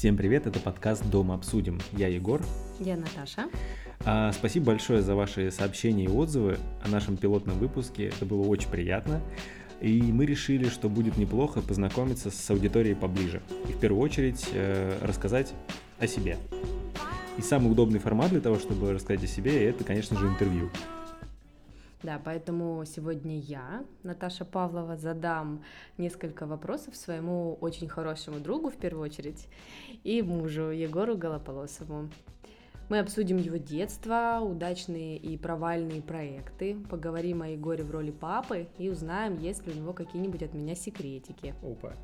Всем привет, это подкаст «Дома обсудим». Я Егор. Я Наташа. Спасибо большое за ваши сообщения и отзывы о нашем пилотном выпуске. Это было очень приятно. И мы решили, что будет неплохо познакомиться с аудиторией поближе. И в первую очередь рассказать о себе. И самый удобный формат для того, чтобы рассказать о себе, это, конечно же, интервью. Да, поэтому сегодня я, Наташа Павлова, задам несколько вопросов своему очень хорошему другу, в первую очередь, и мужу Егору Голополосову. Мы обсудим его детство, удачные и провальные проекты, поговорим о Егоре в роли папы и узнаем, есть ли у него какие-нибудь от меня секретики. Опа.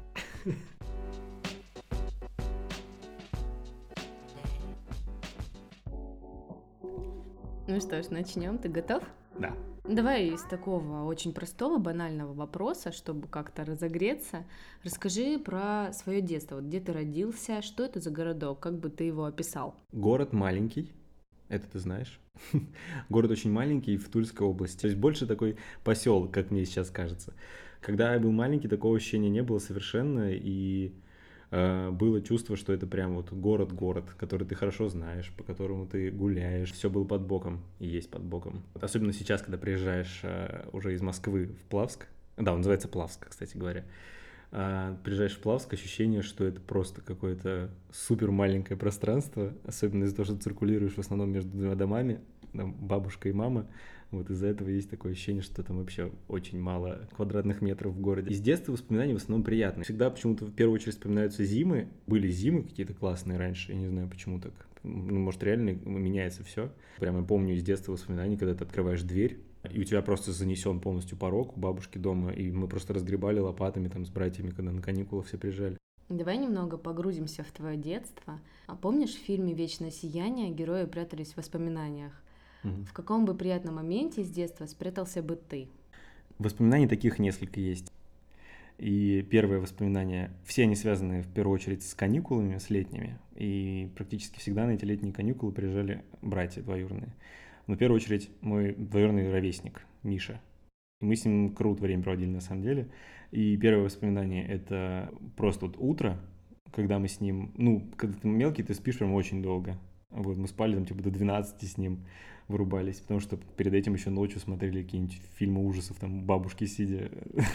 Ну что ж, начнем. Ты готов? Да. Давай из такого очень простого, банального вопроса, чтобы как-то разогреться. Расскажи про свое детство. Вот где ты родился, что это за городок, как бы ты его описал? Город маленький, это ты знаешь. Город очень маленький в Тульской области. То есть больше такой поселок, как мне сейчас кажется. Когда я был маленький, такого ощущения не было совершенно, и было чувство, что это прям вот город-город, который ты хорошо знаешь, по которому ты гуляешь. Все было под боком и есть под боком. Вот особенно сейчас, когда приезжаешь уже из Москвы в Плавск. Да, он называется Плавск, кстати говоря. Приезжаешь в Плавск, ощущение, что это просто какое-то супер маленькое пространство, особенно из-за того, что ты циркулируешь в основном между двумя домами, там бабушка и мама. Вот из-за этого есть такое ощущение, что там вообще очень мало квадратных метров в городе. Из детства воспоминания в основном приятные. Всегда почему-то в первую очередь вспоминаются зимы. Были зимы какие-то классные раньше, я не знаю, почему так. Ну, может, реально меняется все. Прямо я помню из детства воспоминаний, когда ты открываешь дверь, и у тебя просто занесен полностью порог у бабушки дома, и мы просто разгребали лопатами там с братьями, когда на каникулы все приезжали. Давай немного погрузимся в твое детство. А помнишь в фильме «Вечное сияние» герои прятались в воспоминаниях? В каком бы приятном моменте из детства спрятался бы ты? Воспоминаний таких несколько есть. И первые воспоминания, все они связаны в первую очередь с каникулами, с летними. И практически всегда на эти летние каникулы приезжали братья двоюродные. Но в первую очередь мой двоюродный ровесник, Миша. Мы с ним круто время проводили на самом деле. И первое воспоминание — это просто вот утро, когда мы с ним, ну, когда ты мелкий, ты спишь прям очень долго. Вот, мы спали там типа до 12 с ним, вырубались, потому что перед этим еще ночью смотрели какие-нибудь фильмы ужасов, там бабушки сидя,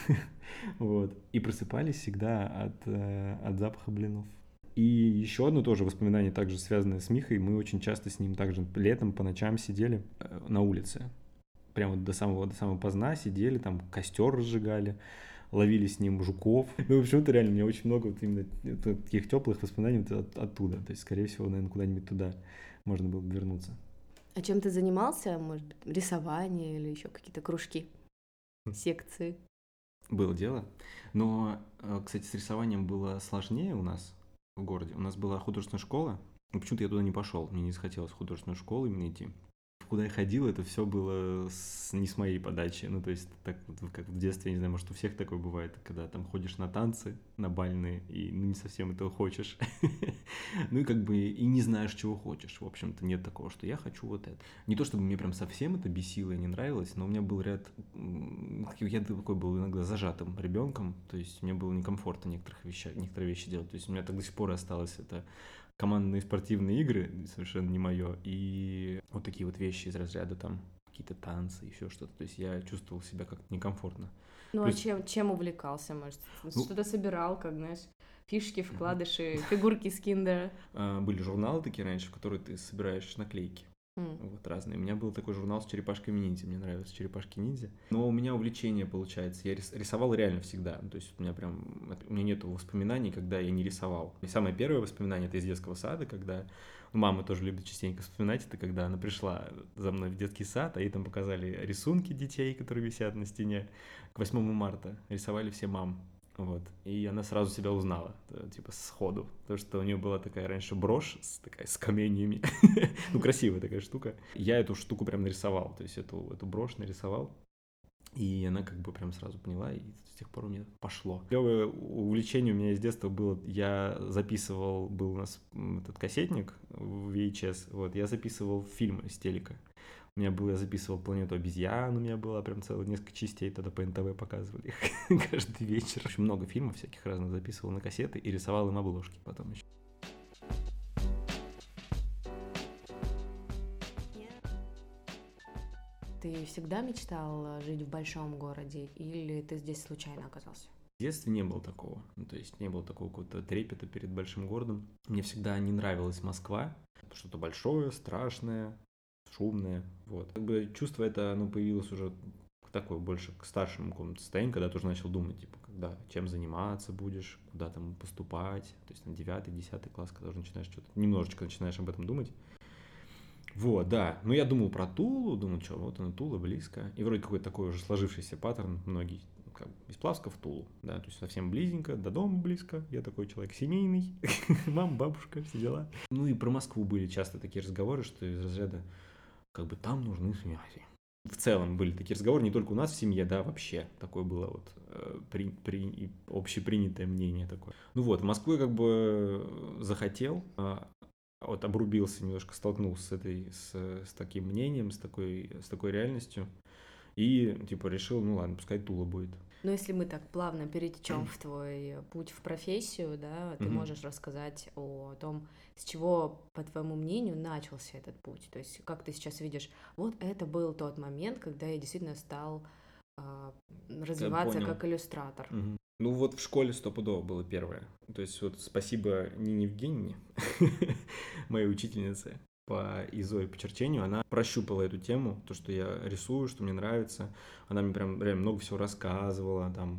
вот. И просыпались всегда от запаха блинов. И еще одно тоже воспоминание, также связанное с Михой, мы очень часто с ним также летом по ночам сидели на улице. Прямо до самого поздна сидели, там костер разжигали, ловили с ним жуков. Ну, почему-то реально у меня очень много вот именно таких теплых воспоминаний вот оттуда. То есть, скорее всего, наверное, куда-нибудь туда можно было бы вернуться. А чем ты занимался? Может быть, рисование или еще какие-то кружки, секции? Было дело. Но, кстати, с рисованием было сложнее у нас в городе. У нас была художественная школа, но почему-то я туда не пошел. Мне не захотелось в художественную школу именно идти. Куда я ходил, это все было не с моей подачи. Ну, то есть, так вот, как в детстве, я не знаю, может, у всех такое бывает, когда там ходишь на танцы, на бальные, и ну, не совсем этого хочешь. Ну, и как бы и не знаешь, чего хочешь. В общем-то, нет такого, что я хочу вот это. Не то, чтобы мне прям совсем это бесило и не нравилось, но у меня был ряд... Я такой был иногда зажатым ребенком, то есть мне было некомфортно некоторые вещи делать. То есть у меня так до сих пор и осталось это... командные спортивные игры, совершенно не мое, и вот такие вот вещи из разряда там какие-то танцы, еще что-то. То есть я чувствовал себя как-то некомфортно. Ну, плюс... а чем увлекался, может? Что-то собирал, как, знаешь, фишки, вкладыши, фигурки с киндера? Были журналы такие раньше, в которые ты собираешь наклейки. Вот разные. У меня был такой журнал с черепашками ниндзя. Мне нравились черепашки ниндзя. Но у меня увлечение, получается. Я рисовал реально всегда. То есть у меня нету воспоминаний, когда я не рисовал. И самое первое воспоминание — это из детского сада, когда... Мама тоже любит частенько вспоминать это, когда она пришла за мной в детский сад, а ей там показали рисунки детей, которые висят на стене. К 8 марта рисовали все мам. Вот. И она сразу себя узнала, типа сходу. Потому что у нее была такая раньше брошь с каменьями. Ну, красивая такая штука. Я эту штуку прям нарисовал. То есть эту брошь нарисовал. И она как бы прям сразу поняла, и с тех пор у меня пошло. Клевое увлечение у меня из детства было. Я записывал, был у нас этот кассетник в VHS, вот, я записывал фильмы с телека. Я записывал «Планету обезьян», у меня было прям целых несколько частей, тогда по НТВ показывали их каждый вечер. Очень много фильмов всяких разных записывал на кассеты и рисовал им обложки потом еще. Ты всегда мечтал жить в большом городе или ты здесь случайно оказался? В детстве не было такого. Ну, то есть не было такого какого-то трепета перед большим городом. Мне всегда не нравилась Москва. Что-то большое, страшное, шумное. Вот. Как бы чувство это, оно появилось уже такое больше к старшему какому-то состоянию, когда ты уже начал думать, типа, когда, чем заниматься будешь, куда там поступать. То есть там 9-10 класс, когда уже начинаешь что-то, немножечко начинаешь об этом думать. Вот, да. Ну, я думал про Тулу, думал, что вот она, Тула, близко. И вроде какой-то такой уже сложившийся паттерн, многие, как бы, из Плавска в Тулу, да, то есть совсем близенько, до дома близко. Я такой человек семейный, мама, бабушка, все дела. Ну, и про Москву были часто такие разговоры, что из разряда, как бы, там нужны связи. В целом были такие разговоры, не только у нас в семье, да, вообще. Такое было вот общепринятое мнение такое. Ну вот, в Москву я как бы захотел, вот обрубился немножко, столкнулся с таким мнением, с такой реальностью. И типа решил, ну ладно, пускай Тула будет. Но если мы так плавно перетечем в твой путь в профессию, да, ты можешь рассказать о том, с чего, по твоему мнению, начался этот путь. То есть, как ты сейчас видишь, вот это был тот момент, когда я действительно стал развиваться Понял. как иллюстратор. Ну вот в школе стопудово было первое. То есть вот спасибо Нине Евгеньевне, моей учительнице по ИЗО и по черчению, она прощупала эту тему, то, что я рисую, что мне нравится. Она мне прям реально много всего рассказывала, там,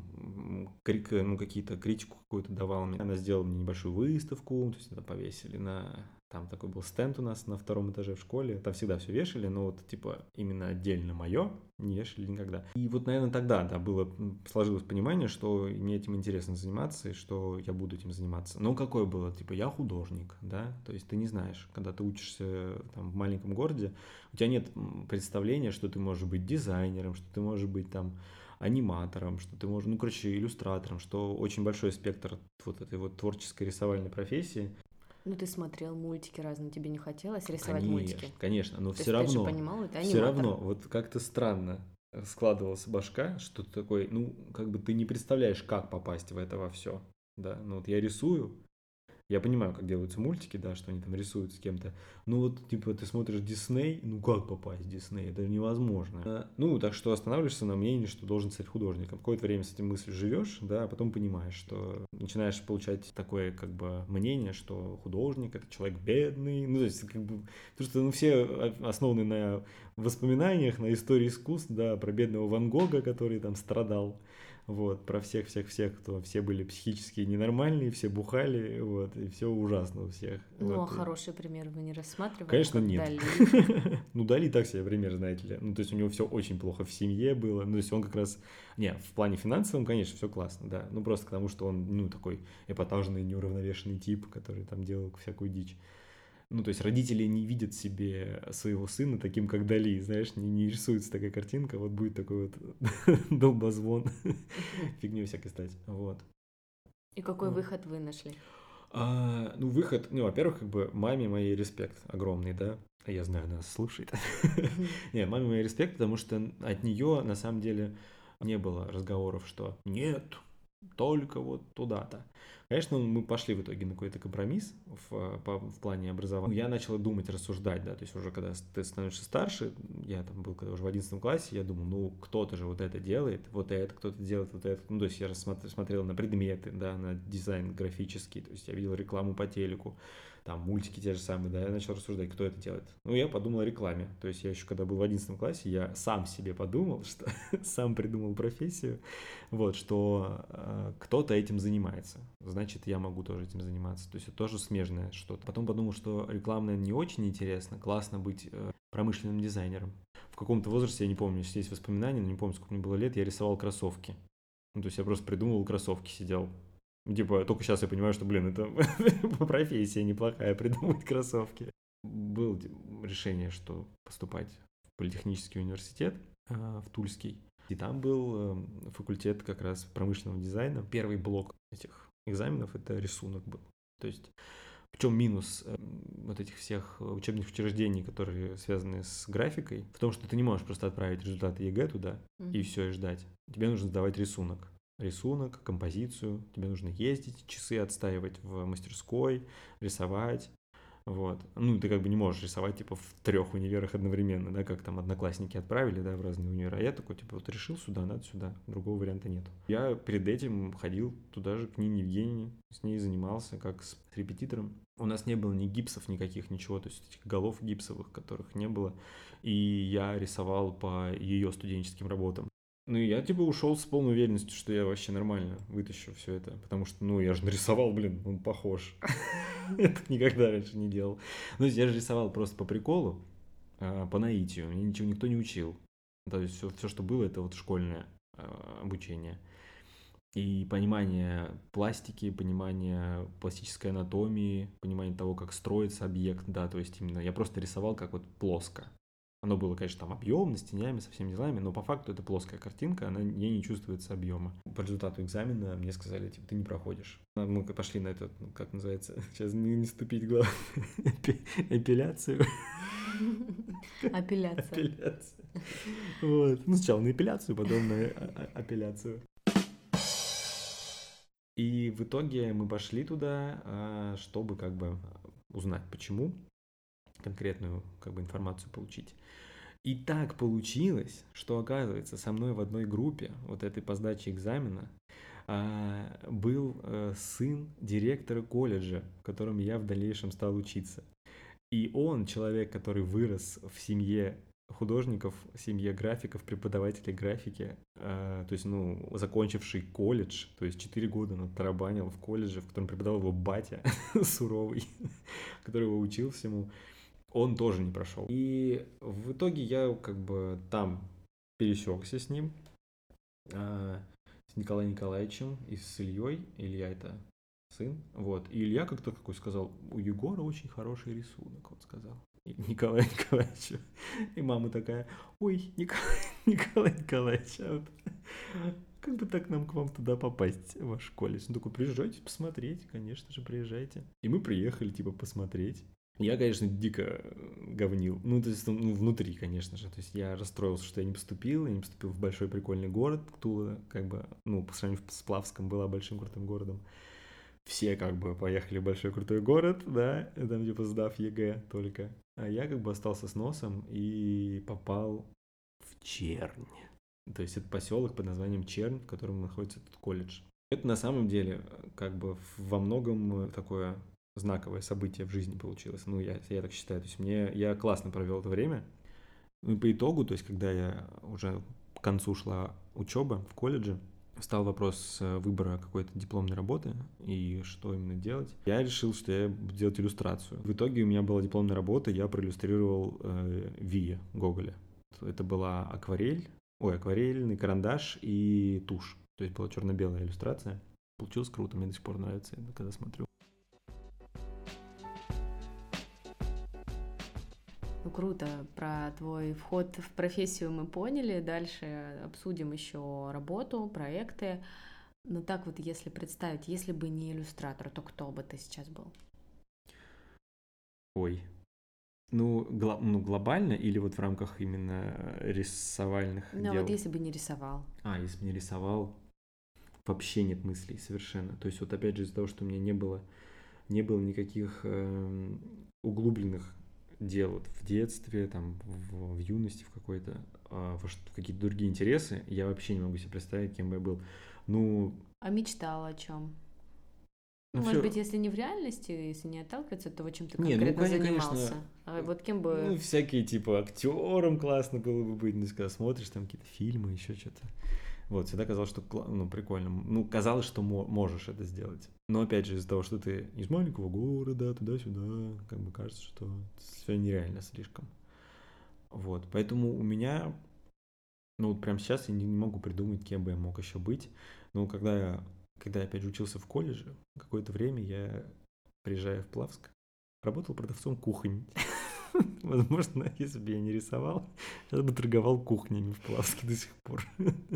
ну, какие-то критику какую-то давала мне. Она сделала мне небольшую выставку, то есть это повесили там такой был стенд у нас на 2 этаже в школе. Там всегда все вешали, но вот, типа, именно отдельно мое не вешали никогда. И вот, наверное, тогда, да, сложилось понимание, что мне этим интересно заниматься, и что я буду этим заниматься. Но какое было? Типа, я художник, да? То есть ты не знаешь, когда ты учишься там в маленьком городе, у тебя нет представления, что ты можешь быть дизайнером, что ты можешь быть там аниматором, что ты можешь, ну, короче, иллюстратором, что очень большой спектр вот этой вот творческой рисовальной профессии. Ну, ты смотрел мультики разные, тебе не хотелось рисовать мультики? Конечно, но То все есть ты же равно, понимал, это все аниматор. равно, вот как-то странно складывалась башка, что ты такой, ну, как бы ты не представляешь, как попасть в это во все, да, ну, вот я рисую, я понимаю, как делаются мультики, да, что они там рисуют с кем-то. Ну вот, типа, ты смотришь Дисней, ну как попасть в Дисней? Это невозможно. Ну, так что останавливаешься на мнении, что должен стать художником. Какое-то время с этим мыслью живешь, да, а потом понимаешь, что начинаешь получать такое, как бы, мнение, что художник — это человек бедный. Ну, то есть, как бы, потому что, ну, все основаны на воспоминаниях, на истории искусств, да, про бедного Ван Гога, который там страдал. Вот, про всех-всех-всех, кто все были психически ненормальные, все бухали, вот, и все ужасно у всех. Ну, вот. а хороший пример вы не рассматривали? Конечно, как нет. Дали? Ну, Дали так себе пример, знаете ли. Ну, то есть у него все очень плохо в семье было. Ну, то есть он как раз... Не, в плане финансовом, конечно, все классно, да. Ну, просто потому что он, ну, такой эпатажный, неуравновешенный тип, который там делал всякую дичь. Ну, то есть родители не видят себе своего сына таким, как Дали, знаешь, не рисуется такая картинка, вот будет такой вот долбозвон, фигню всякой стать, вот. И какой выход вы нашли? Ну, выход, ну, во-первых, как бы маме моей респект огромный, да, я знаю, она нас слушает. Не, маме моей респект, потому что от нее, на самом деле, не было разговоров, что нет, только вот туда-то. Конечно, мы пошли в итоге на какой-то компромисс в плане образования. Я начал думать, рассуждать, да, то есть уже когда ты становишься старше, я там был когда уже в 11 классе, я думал, ну, кто-то же вот это делает, вот это, кто-то делает вот это. Ну, то есть я смотрел на предметы, да, на дизайн графический, то есть я видел рекламу по телеку, там мультики те же самые, да, я начал рассуждать, кто это делает. Ну, я подумал о рекламе, то есть я еще когда был в 11 классе, я сам себе подумал, что сам придумал профессию, вот, что кто-то этим занимается, значит, я могу тоже этим заниматься, то есть это тоже смежное что-то. Потом подумал, что рекламное не очень интересно, классно быть промышленным дизайнером. В каком-то возрасте, я не помню, если есть воспоминания, но не помню, сколько мне было лет, я рисовал кроссовки. Ну, то есть я просто придумывал кроссовки, сидел. Типа, только сейчас я понимаю, что, блин, это профессия неплохая, придумать кроссовки. Было решение, что поступать в политехнический университет, в Тульский. И там был факультет как раз промышленного дизайна. Первый блок этих экзаменов — это рисунок был. То есть, в чем минус вот этих всех учебных учреждений, которые связаны с графикой, в том, что ты не можешь просто отправить результаты ЕГЭ туда и все, и ждать. Тебе нужно сдавать рисунок, композицию, тебе нужно ездить, часы отстаивать в мастерской, рисовать. Вот. Ну, ты как бы не можешь рисовать, типа, в 3 универах одновременно, да, как там одноклассники отправили, да, в разные универы. А я такой, типа, вот решил сюда, надо сюда, другого варианта нет. Я перед этим ходил туда же к Нине Евгеньевне, с ней занимался как с репетитором. У нас не было ни гипсов никаких, ничего, то есть этих голов гипсовых, которых не было. И я рисовал по ее студенческим работам. Ну, и я, типа, ушел с полной уверенностью, что я вообще нормально вытащу все это. Потому что, ну, я же нарисовал, блин, он похож. Я так никогда раньше не делал. Ну, я же рисовал просто по приколу, по наитию. Мне ничего никто не учил. То есть все, что было, это вот школьное обучение. И понимание пластики, понимание пластической анатомии, понимание того, как строится объект, да, то есть именно я просто рисовал как вот плоско. Оно было, конечно, там объемно, с тенями, со всеми делами, но по факту это плоская картинка, она ей не чувствуется объема. По результату экзамена мне сказали, типа, ты не проходишь. Мы пошли на этот, ну, как называется, сейчас не ступить в главу, эпиляцию. Апелляция. Апелляция. Вот. Ну, сначала на эпиляцию, потом на апелляцию. И в итоге мы пошли туда, чтобы как бы узнать, почему, конкретную как бы информацию получить. И так получилось, что, оказывается, со мной в одной группе, вот этой по сдаче экзамена, был сын директора колледжа, в котором я в дальнейшем стал учиться. И он человек, который вырос в семье художников, семье графиков, преподавателей графики, то есть, ну, закончивший колледж, то есть 4 года он тарабанил в колледже, в котором преподавал его батя суровый, который его учил всему. Он тоже не прошел. И в итоге я как бы там пересекся с ним, с Николаем Николаевичем и с Ильей. Илья это сын. Вот. И Илья как-то такой сказал, у Егора очень хороший рисунок, вот сказал. Николай Николаевич. И мама такая, ой, Николай Николаевич, а вот как бы так нам к вам туда попасть, в ваш колледж? Он такой, приезжайте посмотреть, конечно же, приезжайте. И мы приехали, типа, посмотреть. Я, конечно, дико говнил. Ну, то есть, ну, внутри, конечно же. То есть, я расстроился, что я не поступил в большой прикольный город. Тула, как бы, ну, по сравнению с Плавском, была большим крутым городом. Все, как бы, поехали в большой крутой город, да, там, типа, сдав ЕГЭ только. А я, как бы, остался с носом и попал в Чернь. То есть, это поселок под названием Чернь, в котором находится этот колледж. Это, на самом деле, как бы, во многом такое знаковое событие в жизни получилось. Ну, я так считаю. То есть я классно провел это время. Ну и по итогу, то есть когда я уже к концу шла учеба в колледже, встал вопрос выбора какой-то дипломной работы и что именно делать. Я решил, что я буду делать иллюстрацию. В итоге у меня была дипломная работа, я проиллюстрировал Вия Гоголя. Это была акварельный карандаш и тушь. То есть была черно-белая иллюстрация. Получилось круто, мне до сих пор нравится, когда смотрю. Ну, круто. Про твой вход в профессию мы поняли. Дальше обсудим еще работу, проекты. Но так вот, если представить, если бы не иллюстратор, то кто бы ты сейчас был? Ой. Ну, глобально или вот в рамках именно рисовальных Ну, дел? вот если бы не рисовал. Если бы не рисовал, вообще нет мыслей совершенно. То есть вот опять же из-за того, что у меня не было никаких углубленных дел вот в детстве, там, в юности в какой-то, в какие-то другие интересы, я вообще не могу себе представить, кем бы я был. Ну, А мечтал о чем? Ну, ну может все, быть, если не в реальности, если не отталкиваться, то чем ты не, ну, конкретно конечно, занимался? А вот кем бы... ну, всякие, типа, актером классно было бы быть, ну, когда смотришь там какие-то фильмы, еще что-то. Вот, всегда казалось, что, ну, прикольно. Ну, казалось, что можешь это сделать. Но, опять же, из-за того, что ты из маленького города, туда-сюда, как бы кажется, что все нереально слишком. Вот, поэтому у меня, ну, вот прямо сейчас я не могу придумать, кем бы я мог еще быть. Но когда я опять же учился в колледже, какое-то время я, приезжая в Плавск, работал продавцом кухонь. Возможно, если бы я не рисовал, сейчас бы торговал кухнями в Плавске до сих пор.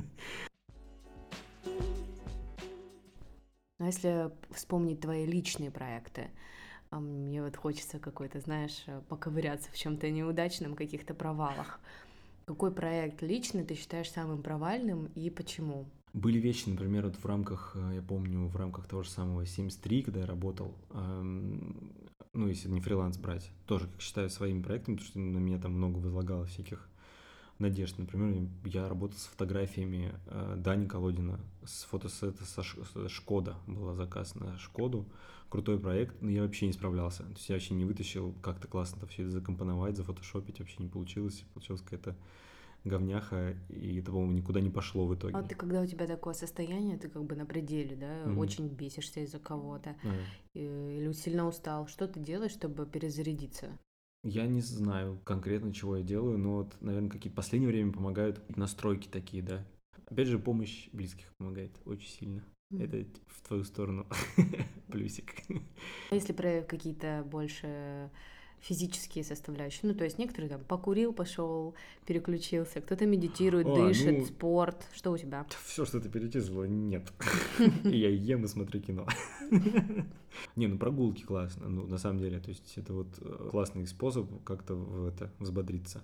А если вспомнить твои личные проекты, мне вот хочется какой-то, знаешь, поковыряться в чем-то неудачном, каких-то провалах. Какой проект личный ты считаешь самым провальным и почему? Были вещи, например, вот я помню, в рамках того же самого 73, когда я работал, ну, ну, если не фриланс брать, тоже, как считаю, своими проектами, потому что на меня там много возлагало всяких надежд. Например, я работал с фотографиями Дани Колодина, с фотосета Шкода, был заказ на Шкоду, крутой проект, но я вообще не справлялся, то есть я вообще не вытащил как-то классно все это закомпоновать, зафотошопить, вообще не получилось, получилась какая-то говняха, и это, по-моему, никуда не пошло в итоге. А ты, когда у тебя такое состояние, ты как бы на пределе, да, очень бесишься из-за кого-то, или сильно устал, что ты делаешь, чтобы перезарядиться? Я не знаю конкретно, чего я делаю, но вот, наверное, какие-то в последнее время помогают настройки такие, да. Опять же, помощь близких помогает очень сильно. Это в твою сторону плюсик. А если про какие-то больше физические составляющие, ну, то есть некоторые там покурил, пошел, переключился, кто-то медитирует, дышит, спорт, что у тебя? Все, что ты перечислила, нет. Я ем и смотрю кино. Не, ну прогулки классно, ну, на самом деле, то есть это вот классный способ как-то взбодриться.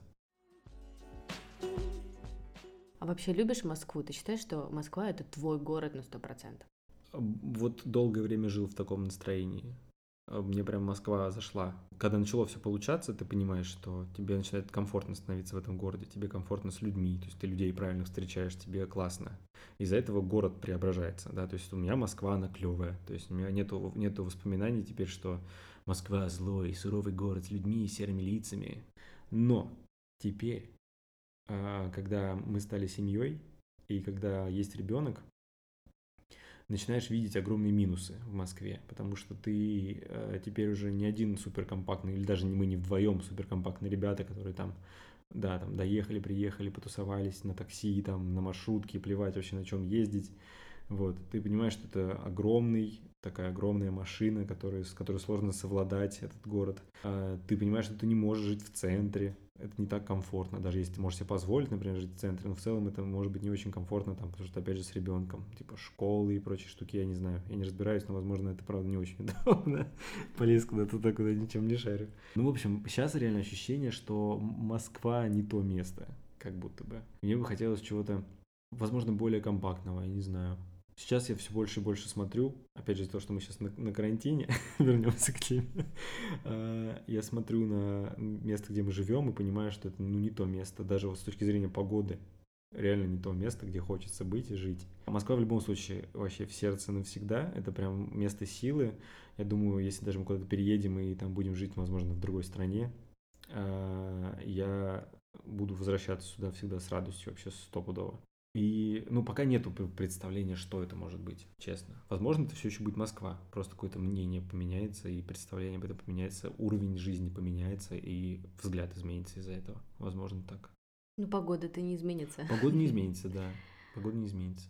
А вообще любишь Москву? Ты считаешь, что Москва — это твой город на 100%? Вот долгое время жил в таком настроении. Мне прям Москва зашла. Когда начало все получаться, ты понимаешь, что тебе начинает комфортно становиться в этом городе, тебе комфортно с людьми, то есть ты людей правильно встречаешь, тебе классно. Из-за этого город преображается, да, то есть у меня Москва, она клевая, то есть у меня нету воспоминаний теперь, что Москва злой, суровый город с людьми и серыми лицами. Но теперь, когда мы стали семьей, и когда есть ребенок, начинаешь видеть огромные минусы в Москве, потому что ты теперь уже не один суперкомпактный, или даже мы не вдвоем суперкомпактные ребята, которые там, да, там доехали, приехали, потусовались на такси, там, на маршрутке, плевать вообще на чем ездить. Вот, ты понимаешь, что это такая огромная машина, с которой сложно совладать этот город. Ты понимаешь, что ты не можешь жить в центре, это не так комфортно, даже если ты можешь себе позволить, например, жить в центре, но в целом это может быть не очень комфортно, там, потому что, опять же, с ребенком, типа школы и прочие штуки, я не знаю, я не разбираюсь, но, возможно, это, правда, не очень удобно, полез куда-то туда, куда ничем не шарю. Ну, в общем, сейчас реально ощущение, что Москва не то место, как будто бы. Мне бы хотелось чего-то, возможно, более компактного, я не знаю. Сейчас я все больше и больше смотрю, опять же, из-за того, что мы сейчас на карантине, вернемся к теме, я смотрю на место, где мы живем, и понимаю, что это не то место, даже вот с точки зрения погоды, реально не то место, где хочется быть и жить. Москва в любом случае вообще в сердце навсегда, это прям место силы. Я думаю, если даже мы куда-то переедем и там будем жить, возможно, в другой стране, я буду возвращаться сюда всегда с радостью, вообще стопудово. И, ну, пока нету представления, что это может быть, честно. Возможно, это все еще будет Москва. Просто какое-то мнение поменяется, и представление об этом поменяется, уровень жизни поменяется, и взгляд изменится из-за этого. Возможно, так. Ну, погода-то не изменится. Погода не изменится, да. Погода не изменится.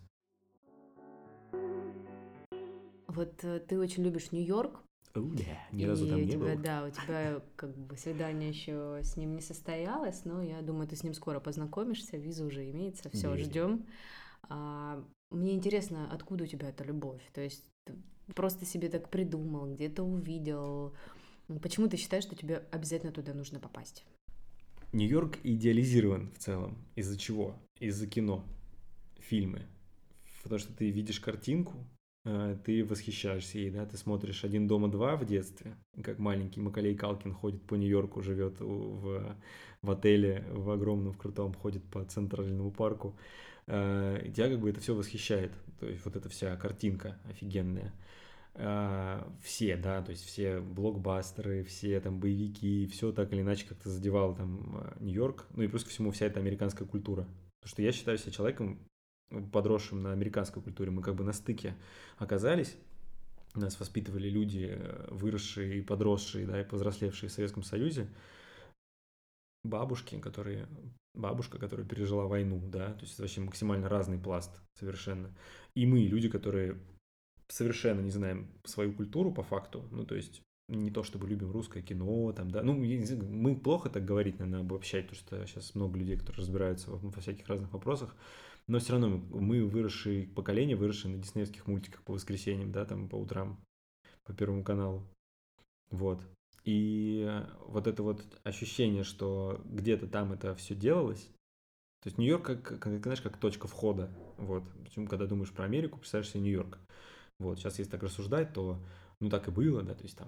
Вот ты очень любишь Нью-Йорк. Ни разу там не был. Да, у тебя как бы свидание еще с ним не состоялось, но я думаю, ты с ним скоро познакомишься, виза уже имеется, все, ждем. Мне интересно, откуда у тебя эта любовь? То есть ты просто себе так придумал, где-то увидел. Почему ты считаешь, что тебе обязательно туда нужно попасть? Нью-Йорк идеализирован в целом. Из-за чего? Из-за кино, фильмы. Потому что ты видишь картинку, ты восхищаешься ей, да, ты смотришь «Один дома 2» в детстве, как маленький Маколей Калкин ходит по Нью-Йорку, живет в отеле в огромном, в крутом, ходит по Центральному парку, и тебя как бы это все восхищает, то есть вот эта вся картинка офигенная. Все, да, то есть все блокбастеры, все там боевики, все так или иначе как-то задевало там Нью-Йорк, ну и плюс ко всему вся эта американская культура, потому что я считаю себя человеком, подросшим на американской культуре, мы как бы на стыке оказались, нас воспитывали люди, выросшие и подросшие, да, и повзрослевшие в Советском Союзе, бабушка, которая пережила войну, да, то есть это вообще максимально разный пласт совершенно, и мы, люди, которые совершенно не знаем свою культуру по факту, ну, то есть не то, чтобы любим русское кино, там, да, ну, мы плохо так говорить, наверное, обобщать, потому что сейчас много людей, которые разбираются во всяких разных вопросах, но все равно мы выросшие поколение, выросшие на диснеевских мультиках по воскресеньям, да, там по утрам, по Первому каналу. Вот. И вот это вот ощущение, что где-то там это все делалось, то есть Нью-Йорк, знаешь, как точка входа. Вот. Причем, когда думаешь про Америку, представляешь себе Нью-Йорк. Вот. Сейчас, если так рассуждать, то ну так и было, да, то есть там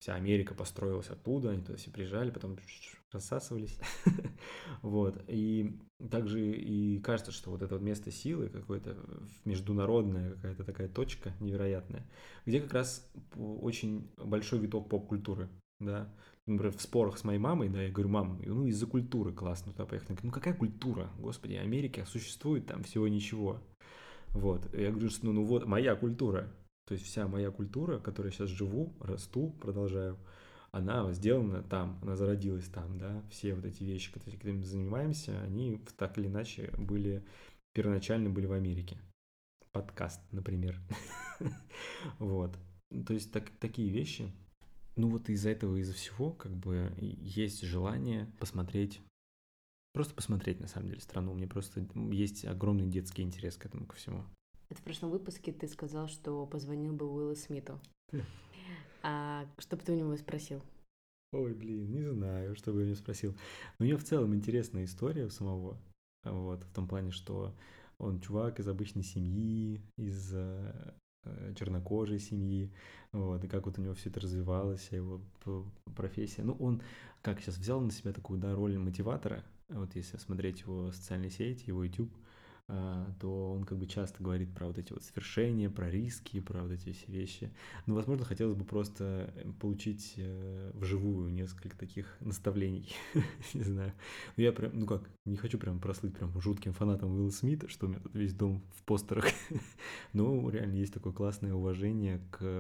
вся Америка построилась оттуда, они туда все приезжали, потом рассасывались. Вот. И также и кажется, что вот это вот место силы, какое-то международная какая-то такая точка невероятная, где как раз очень большой виток поп-культуры, да. Например, в спорах с моей мамой, да, я говорю: мам, ну из-за культуры классно туда поехали. Она говорит: ну какая культура, господи, Америка существует там всего ничего. Вот, я говорю, что ну вот моя культура, то есть вся моя культура, в которой я сейчас живу, расту, продолжаю, она сделана там, она зародилась там, да, все вот эти вещи, которыми мы занимаемся, они так или иначе первоначально были в Америке. Подкаст, например. Вот, то есть такие вещи. Ну вот из-за этого, из-за всего, как бы есть желание посмотреть, просто посмотреть на самом деле страну. Мне просто есть огромный детский интерес к этому, ко всему. Это в прошлом выпуске ты сказал, что позвонил бы Уиллу Смиту. А что бы ты у него спросил? Ой, блин, не знаю, что бы я у него спросил. Но у него в целом интересная история у самого. Вот, в том плане, что он чувак из обычной семьи, из чернокожей семьи, вот, и как вот у него все это развивалось, его профессия. Ну, он как сейчас взял на себя такую, да, роль мотиватора, вот если смотреть его социальные сети, его YouTube, то он как бы часто говорит про вот эти вот свершения, про риски, про вот эти все вещи. Но, возможно, хотелось бы просто получить вживую несколько таких наставлений, не знаю. Я прям, ну как, не хочу прям прослыть прям жутким фанатом Уилла Смита, что у меня тут весь дом в постерах. Но реально есть такое классное уважение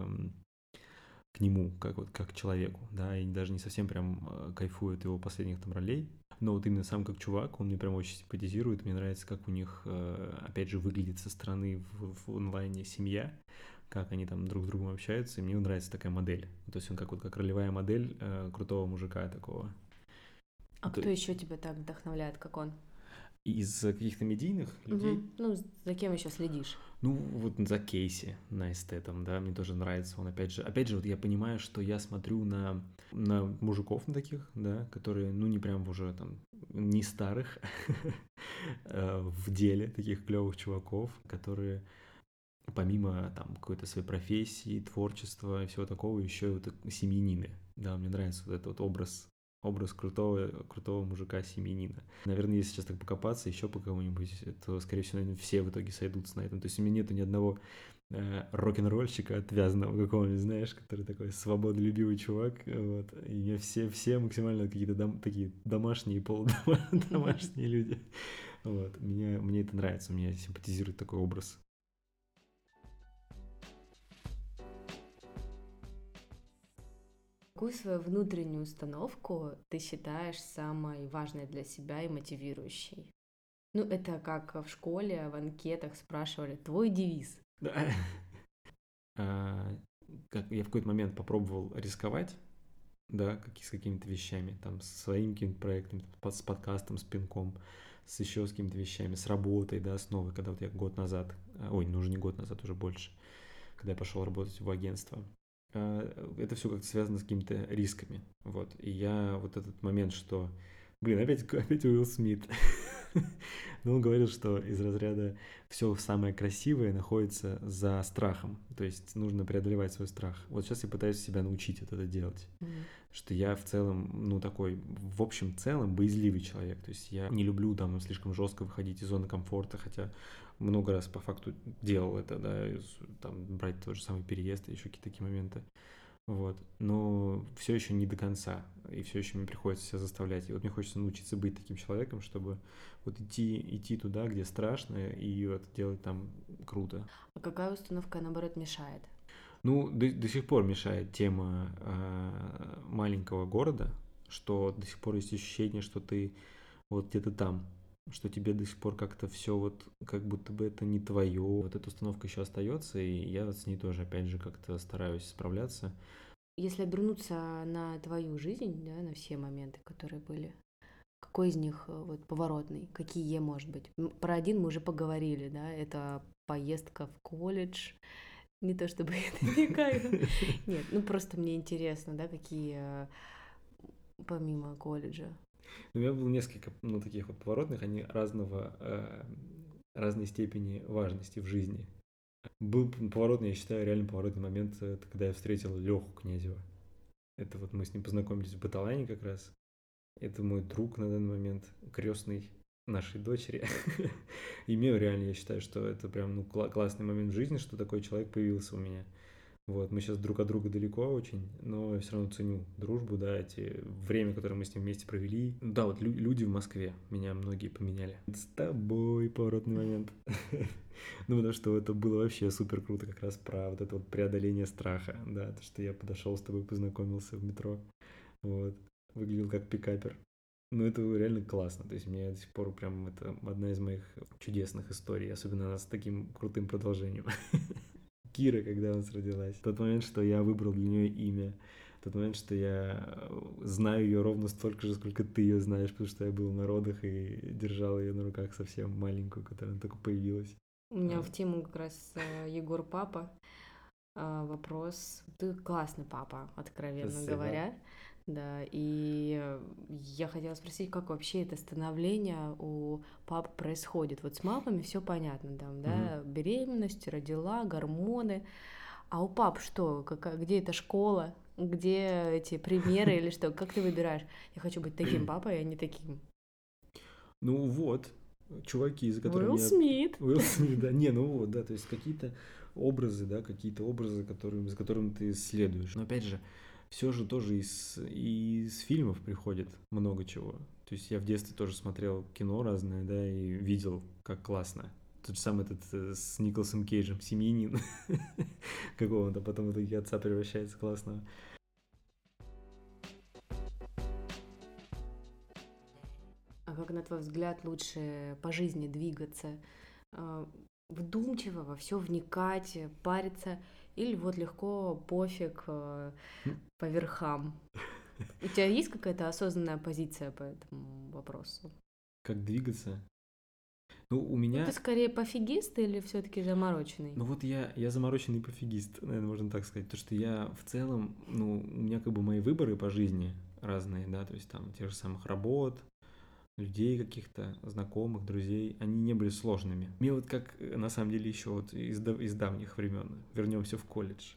к нему, как вот как к человеку, да, и даже не совсем прям кайфую от его последних там ролей, но вот именно сам как чувак, он мне прям очень симпатизирует, мне нравится, как у них, опять же, выглядит со стороны в онлайне семья, как они там друг с другом общаются, и мне нравится такая модель, то есть он как вот как ролевая модель крутого мужика такого. А кто еще тебя так вдохновляет, как он? Из каких-то медийных людей? Ну, за кем еще следишь? Ну, вот за Кейси Найстетом, да, мне тоже нравится он, опять же, вот я понимаю, что я смотрю на мужиков на таких, да, которые, ну, не прям уже там, не старых в деле, таких клевых чуваков, которые помимо там какой-то своей профессии, творчества и всего такого, еще и вот семьянины, да, мне нравится вот этот вот образ крутого мужика-семьянина. Наверное, если сейчас так покопаться еще по кому-нибудь, то, скорее всего, наверное, все в итоге сойдутся на этом. То есть у меня нету ни одного рок-н-ролльщика отвязанного какого-нибудь, знаешь, который такой свободолюбивый чувак, вот, и мне все максимально какие-то такие домашние, полудомашние люди, вот, мне это нравится, мне симпатизирует такой образ. Какую свою внутреннюю установку ты считаешь самой важной для себя и мотивирующей? Ну, это как в школе в анкетах спрашивали, твой девиз. Как я в какой-то момент попробовал рисковать, да, с какими-то вещами, там, с своими какими-то проектами, с подкастом, с пинком, с какими-то вещами, с работой, да, с новой, когда вот я год назад, ну уже не год назад, уже больше, когда я пошел работать в агентство, это все как-то связано с какими-то рисками, вот, и я вот этот момент, что, блин, опять Уилл Смит, но он говорил, что из разряда все самое красивое находится за страхом, то есть нужно преодолевать свой страх. Вот сейчас я пытаюсь себя научить вот это делать, что я в целом, ну такой, в общем целом, боязливый человек, то есть я не люблю там слишком жестко выходить из зоны комфорта, хотя много раз по факту делал это, да, там брать тот же самый переезд и еще какие-то такие моменты. Вот. Но все еще не до конца. И все еще мне приходится себя заставлять. И вот мне хочется научиться быть таким человеком, чтобы вот идти туда, где страшно, и вот делать там круто. А какая установка, наоборот, мешает? Ну, до сих пор мешает тема маленького города, что до сих пор есть ощущение, что ты вот где-то там, что тебе до сих пор как-то все вот как будто бы это не твое. Вот эта установка еще остается, и я вот с ней тоже, опять же, как-то стараюсь справляться. Если обернуться на твою жизнь, да, на все моменты, которые были, какой из них вот поворотный? Какие, может быть? Про один мы уже поговорили, да, это поездка в колледж. Не то чтобы это намекаю. Нет, ну просто мне интересно, да, какие помимо колледжа. У меня было несколько, ну, таких вот поворотных, они разной степени важности в жизни. Был поворотный, я считаю, реально поворотный момент, это когда я встретил Леху Князева. Это вот мы с ним познакомились в Баталайне как раз. Это мой друг на данный момент, крестный нашей дочери. И мне реально, я считаю, что это прям классный момент в жизни, что такой человек появился у меня. Вот, мы сейчас друг от друга далеко очень, но я все равно ценю дружбу, да, эти время, которое мы с ним вместе провели. Да, вот люди в Москве меня многие поменяли. С тобой поворотный момент. Ну, потому что это было вообще супер круто, как раз про вот это вот преодоление страха, да, то, что я подошел с тобой, познакомился в метро, вот, выглядел как пикапер. Ну, это реально классно, то есть мне до сих пор прям это одна из моих чудесных историй, особенно она с таким крутым продолжением. Кира, когда у нас родилась. Тот момент, что я выбрал для нее имя. Тот момент, что я знаю ее ровно столько же, сколько ты ее знаешь, потому что я был на родах и держал ее на руках совсем маленькую, которая только появилась. У меня в тему как раз Егор папа. Вопрос. Ты классный папа, откровенно Спасибо. говоря. Да, и я хотела спросить, как вообще это становление у пап происходит? Вот с мамами все понятно, там, да, беременность, родила, гормоны. А у пап что? Где эта школа? Где эти примеры или что? Как ты выбираешь? Я хочу быть таким папой, а не таким. Ну вот, чуваки, за которыми Уилл Смит. Уилл Смит, да. Не, ну вот, да, то есть какие-то образы, да, какие-то образы, за которыми ты следуешь. Но опять же, все же тоже из фильмов приходит много чего. То есть я в детстве тоже смотрел кино разное, да, и видел, как классно. Тот же самый этот с Николасом Кейджем «Семьянин», какого-то потом в итоге отца превращается классного. А как, на твой взгляд, лучше по жизни двигаться? Вдумчиво во все вникать, париться, или вот легко, пофиг, по верхам? У тебя есть какая-то осознанная позиция по этому вопросу? Как двигаться? Ну, у Ну, ты меня... скорее пофигист или все-таки замороченный? Ну вот я замороченный пофигист, наверное, можно так сказать. То, что я в целом, ну, у меня как бы мои выборы по жизни разные, да, то есть там тех же самых работ, людей каких-то, знакомых, друзей, они не были сложными. Мне вот как, на самом деле, еще вот из давних времен, вернемся в колледж,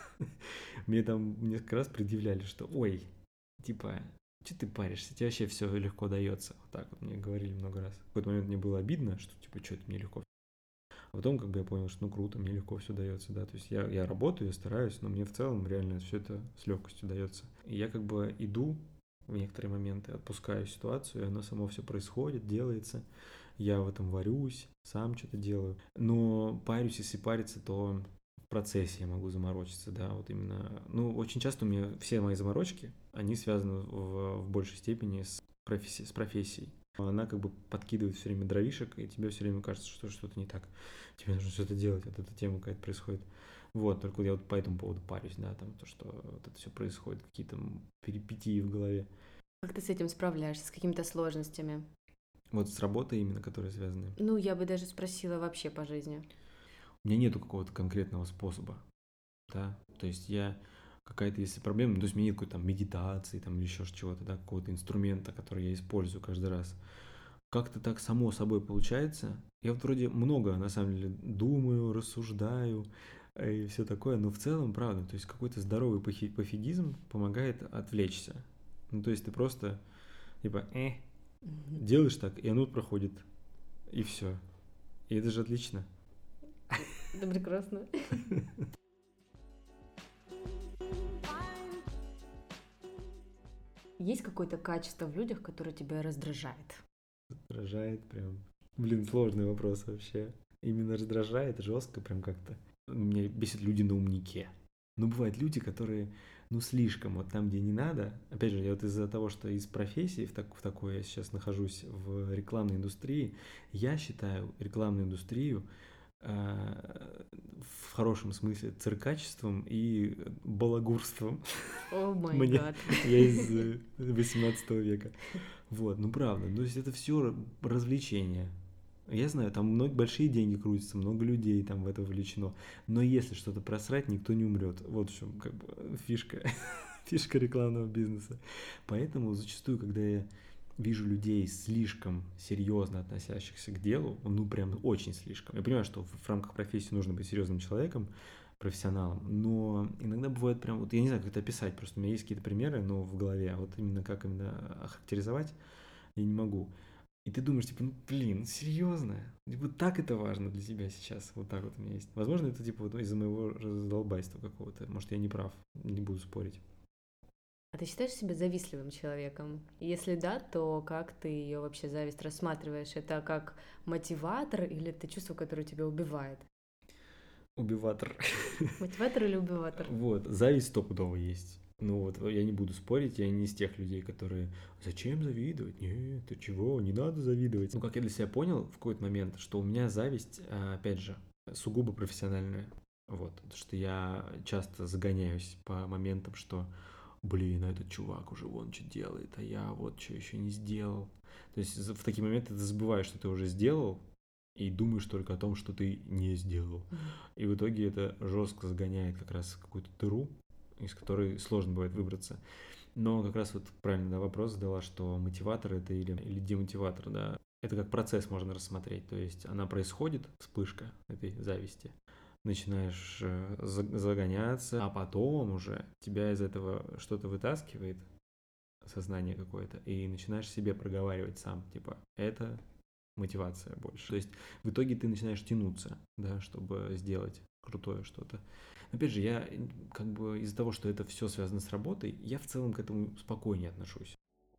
мне там несколько раз предъявляли, что, ой, типа, что ты паришься, тебе вообще все легко дается. Вот так вот мне говорили много раз. В какой-то момент мне было обидно, что, типа, что это мне легко. А потом, как бы я понял, что ну круто, мне легко все дается, да. То есть я работаю, я стараюсь, но мне в целом реально все это с легкостью дается. И я как бы иду в некоторые моменты, отпускаю ситуацию, и оно само все происходит, делается. Я в этом варюсь, сам что-то делаю. Но парюсь, если париться, то в процессе я могу заморочиться, да, вот именно. Ну, очень часто у меня все мои заморочки, они связаны в большей степени с профессией. Она как бы подкидывает все время дровишек, и тебе все время кажется, что что-то не так. Тебе нужно что-то делать, вот эта тема какая-то происходит. Вот, только я вот по этому поводу парюсь, да, там, то, что вот это все происходит, какие-то перипетии в голове. Как ты с этим справляешься, с какими-то сложностями? Вот с работой именно, которые связаны. Ну, я бы даже спросила вообще по жизни. У меня нету какого-то конкретного способа, да, то есть я какая-то, если проблема, то есть у меня нет какой-то там медитации, там, или еще чего-то, да, какого-то инструмента, который я использую каждый раз. Как-то так само собой получается. Я вот вроде много, на самом деле, думаю, рассуждаю и все такое, но в целом, правда, то есть какой-то здоровый пофигизм помогает отвлечься. Ну, то есть ты просто, типа, делаешь так, и оно проходит, и все. И это же отлично. Это прекрасно. Есть какое-то качество в людях, которое тебя раздражает? Раздражает прям. Блин, сложный вопрос вообще. Именно раздражает жестко прям как-то. Меня бесит люди на умнике. Но бывают люди, которые, ну, слишком вот там, где не надо. Опять же, я вот из-за того, что из профессии в такой я сейчас нахожусь в рекламной индустрии, я считаю рекламную индустрию в хорошем смысле циркачеством и балагурством. О май гад. Я из 18 века. Вот, ну правда, то есть это все развлечение. Я знаю, там большие деньги крутятся, много людей там в это вовлечено. Но если что-то просрать, никто не умрет. Вот в чем как бы фишка, фишка рекламного бизнеса. Поэтому зачастую, когда я вижу людей слишком серьезно относящихся к делу, ну прям очень слишком. Я понимаю, что в рамках профессии нужно быть серьезным человеком, профессионалом. Но иногда бывает прям, вот я не знаю, как это описать, просто у меня есть какие-то примеры, но в голове, а вот именно как именно охарактеризовать, я не могу. И ты думаешь, типа, ну блин, серьезно? Типа, так это важно для тебя сейчас. Вот так вот у меня есть. Возможно, это типа вот из-за моего раздолбайства какого-то. Может, я не прав, не буду спорить. А ты считаешь себя завистливым человеком? Если да, то как ты ее вообще зависть рассматриваешь? Это как мотиватор или это чувство, которое тебя убивает? Убиватор. Мотиватор или убиватор? Вот, зависть стопудово есть. Ну вот, я не буду спорить, я не из тех людей, которые «Зачем завидовать? Нет, ты чего? Не надо завидовать». Ну, как я для себя понял в какой-то момент, что у меня зависть, опять же, сугубо профессиональная. Вот, потому что я часто загоняюсь по моментам, что блин, а этот чувак уже вон что делает, а я вот что еще не сделал. То есть в такие моменты ты забываешь, что ты уже сделал, и думаешь только о том, что ты не сделал. И в итоге это жестко загоняет как раз в какую-то дыру, из которой сложно бывает выбраться. Но как раз вот правильно, да, вопрос задала, что мотиватор это или демотиватор, да. Это как процесс можно рассмотреть. То есть она происходит, вспышка этой зависти, начинаешь загоняться, а потом уже тебя из этого что-то вытаскивает, сознание какое-то, и начинаешь себе проговаривать сам, типа, это мотивация больше. То есть в итоге ты начинаешь тянуться, да, чтобы сделать крутое что-то. Опять же, я как бы из-за того, что это все связано с работой, я в целом к этому спокойнее отношусь.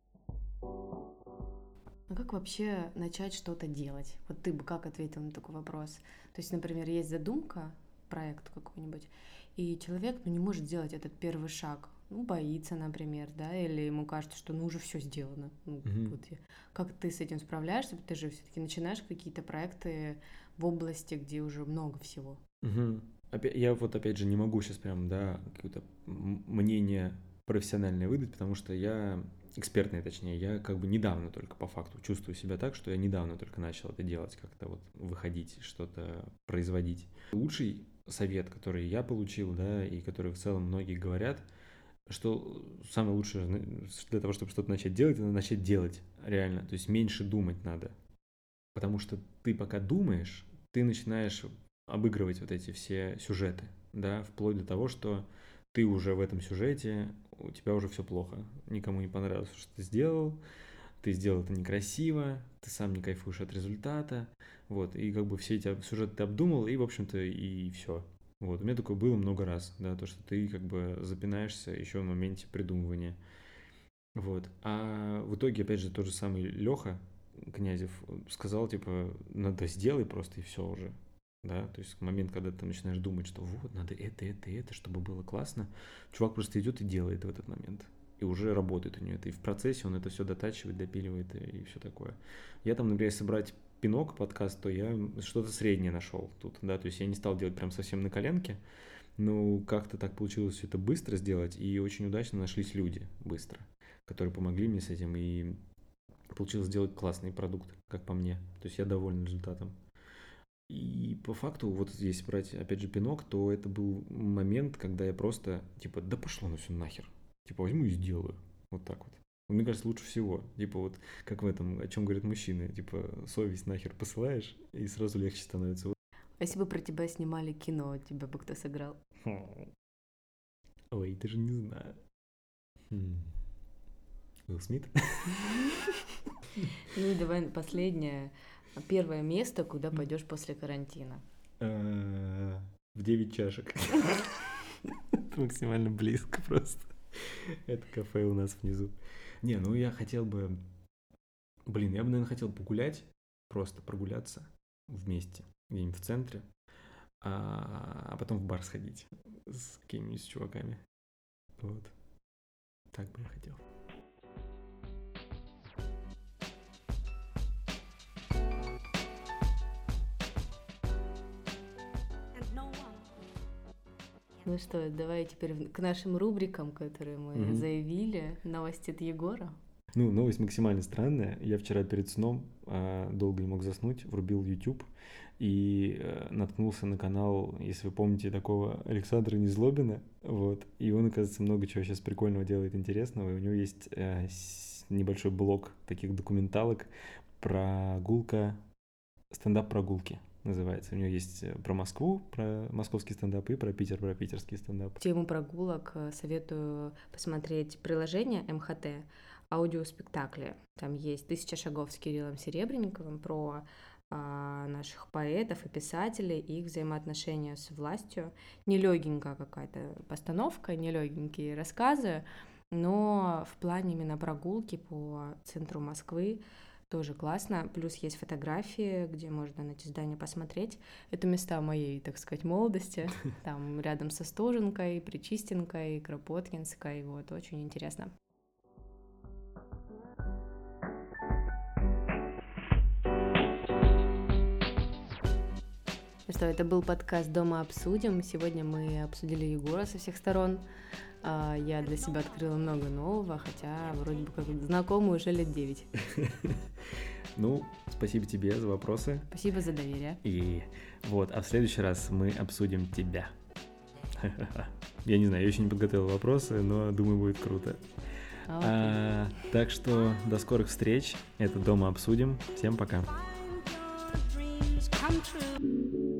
А как вообще начать что-то делать? Вот ты бы как ответил на такой вопрос? То есть, например, есть задумка, проект какой-нибудь, и человек не может сделать этот первый шаг. Ну, боится, например, да, или ему кажется, что ну уже все сделано. Ну, Мгм. вот как ты с этим справляешься? Ты же все-таки начинаешь какие-то проекты в области, где уже много всего. Мгм. Я вот опять же не могу сейчас прям, да, какое-то мнение профессиональное выдать, потому что я экспертное, точнее, я как бы недавно только по факту чувствую себя так, что я недавно только начал это делать, как-то вот выходить, что-то производить. Лучший совет, который я получил, да, и который в целом многие говорят, что самое лучшее для того, чтобы что-то начать делать, это начать делать реально, то есть меньше думать надо. Потому что ты пока думаешь, ты начинаешь обыгрывать вот эти все сюжеты, да, вплоть до того, что ты уже в этом сюжете, у тебя уже все плохо, никому не понравилось, что ты сделал это некрасиво, ты сам не кайфуешь от результата, вот, и как бы все эти сюжеты ты обдумал, и, в общем-то, и все. Вот, у меня такое было много раз, да, то, что ты как бы запинаешься еще в моменте придумывания. Вот. А в итоге, опять же, тот же самый Леха Князев сказал, типа, надо сделай просто и все уже. Да, то есть момент, когда ты начинаешь думать, что вот, надо это, и это, чтобы было классно, чувак просто идет и делает в этот момент. И уже работает у него это. И в процессе он это все дотачивает, допиливает и все такое. Я там, например, если брать Пинок подкаст, то я что-то среднее нашел тут, да, то есть я не стал делать прям совсем на коленке, но как-то так получилось все это быстро сделать, и очень удачно нашлись люди быстро, которые помогли мне с этим, и получилось сделать классный продукт, как по мне. То есть я доволен результатом. И по факту, вот здесь брать, опять же, пинок, то это был момент, когда я просто, типа, да пошло на все нахер. Типа, возьму и сделаю. Вот так вот. Мне кажется, лучше всего. Типа, вот как в этом, о чем говорят мужчины. Типа, совесть нахер посылаешь, и сразу легче становится. А если бы про тебя снимали кино, тебя бы кто сыграл? Ой, даже не знаю. Уилл Смит? Ну и давай последнее. Первое место, куда пойдешь после карантина. В 9 чашек. Максимально близко просто. Это кафе у нас внизу. Не, ну я хотел бы... Блин, я бы, наверное, хотел погулять, просто прогуляться вместе, где-нибудь в центре, а потом в бар сходить с какими-нибудь чуваками. Вот. Так бы я хотел. Ну что, давай теперь к нашим рубрикам, которые мы заявили. Новости от Егора. Ну, новость максимально странная. Я вчера перед сном долго не мог заснуть, врубил YouTube и наткнулся на канал, если вы помните, такого Александра Незлобина. Вот. И он, оказывается, много чего сейчас прикольного делает, интересного. И у него есть небольшой блог таких документалок, прогулка, стендап-прогулки. называется. У нее есть про Москву, про московский стендап, и про Питер, про питерский стендап. Тему прогулок советую посмотреть приложение МХТ, аудиоспектакли. Там есть «1000 шагов с Кириллом Серебренниковым» про наших поэтов и писателей, и их взаимоотношения с властью. Нелегенькая какая-то постановка, нелегенькие рассказы, но в плане именно прогулки по центру Москвы тоже классно. Плюс есть фотографии, где можно на эти здания посмотреть. Это места моей, так сказать, молодости. Там рядом со Остоженкой, Причистенкой, Кропоткинской. Вот, очень интересно. Ну что, это был подкаст «Дома обсудим». Сегодня мы обсудили Егора со всех сторон. Я для себя открыла много нового, хотя вроде бы как знакомы уже лет 9. Ну, спасибо тебе за вопросы. Спасибо за доверие. И вот, а в следующий раз мы обсудим тебя. Я не знаю, я еще не подготовил вопросы, но думаю, будет круто. Так что до скорых встреч. Это «Дома обсудим». Всем пока. Come true.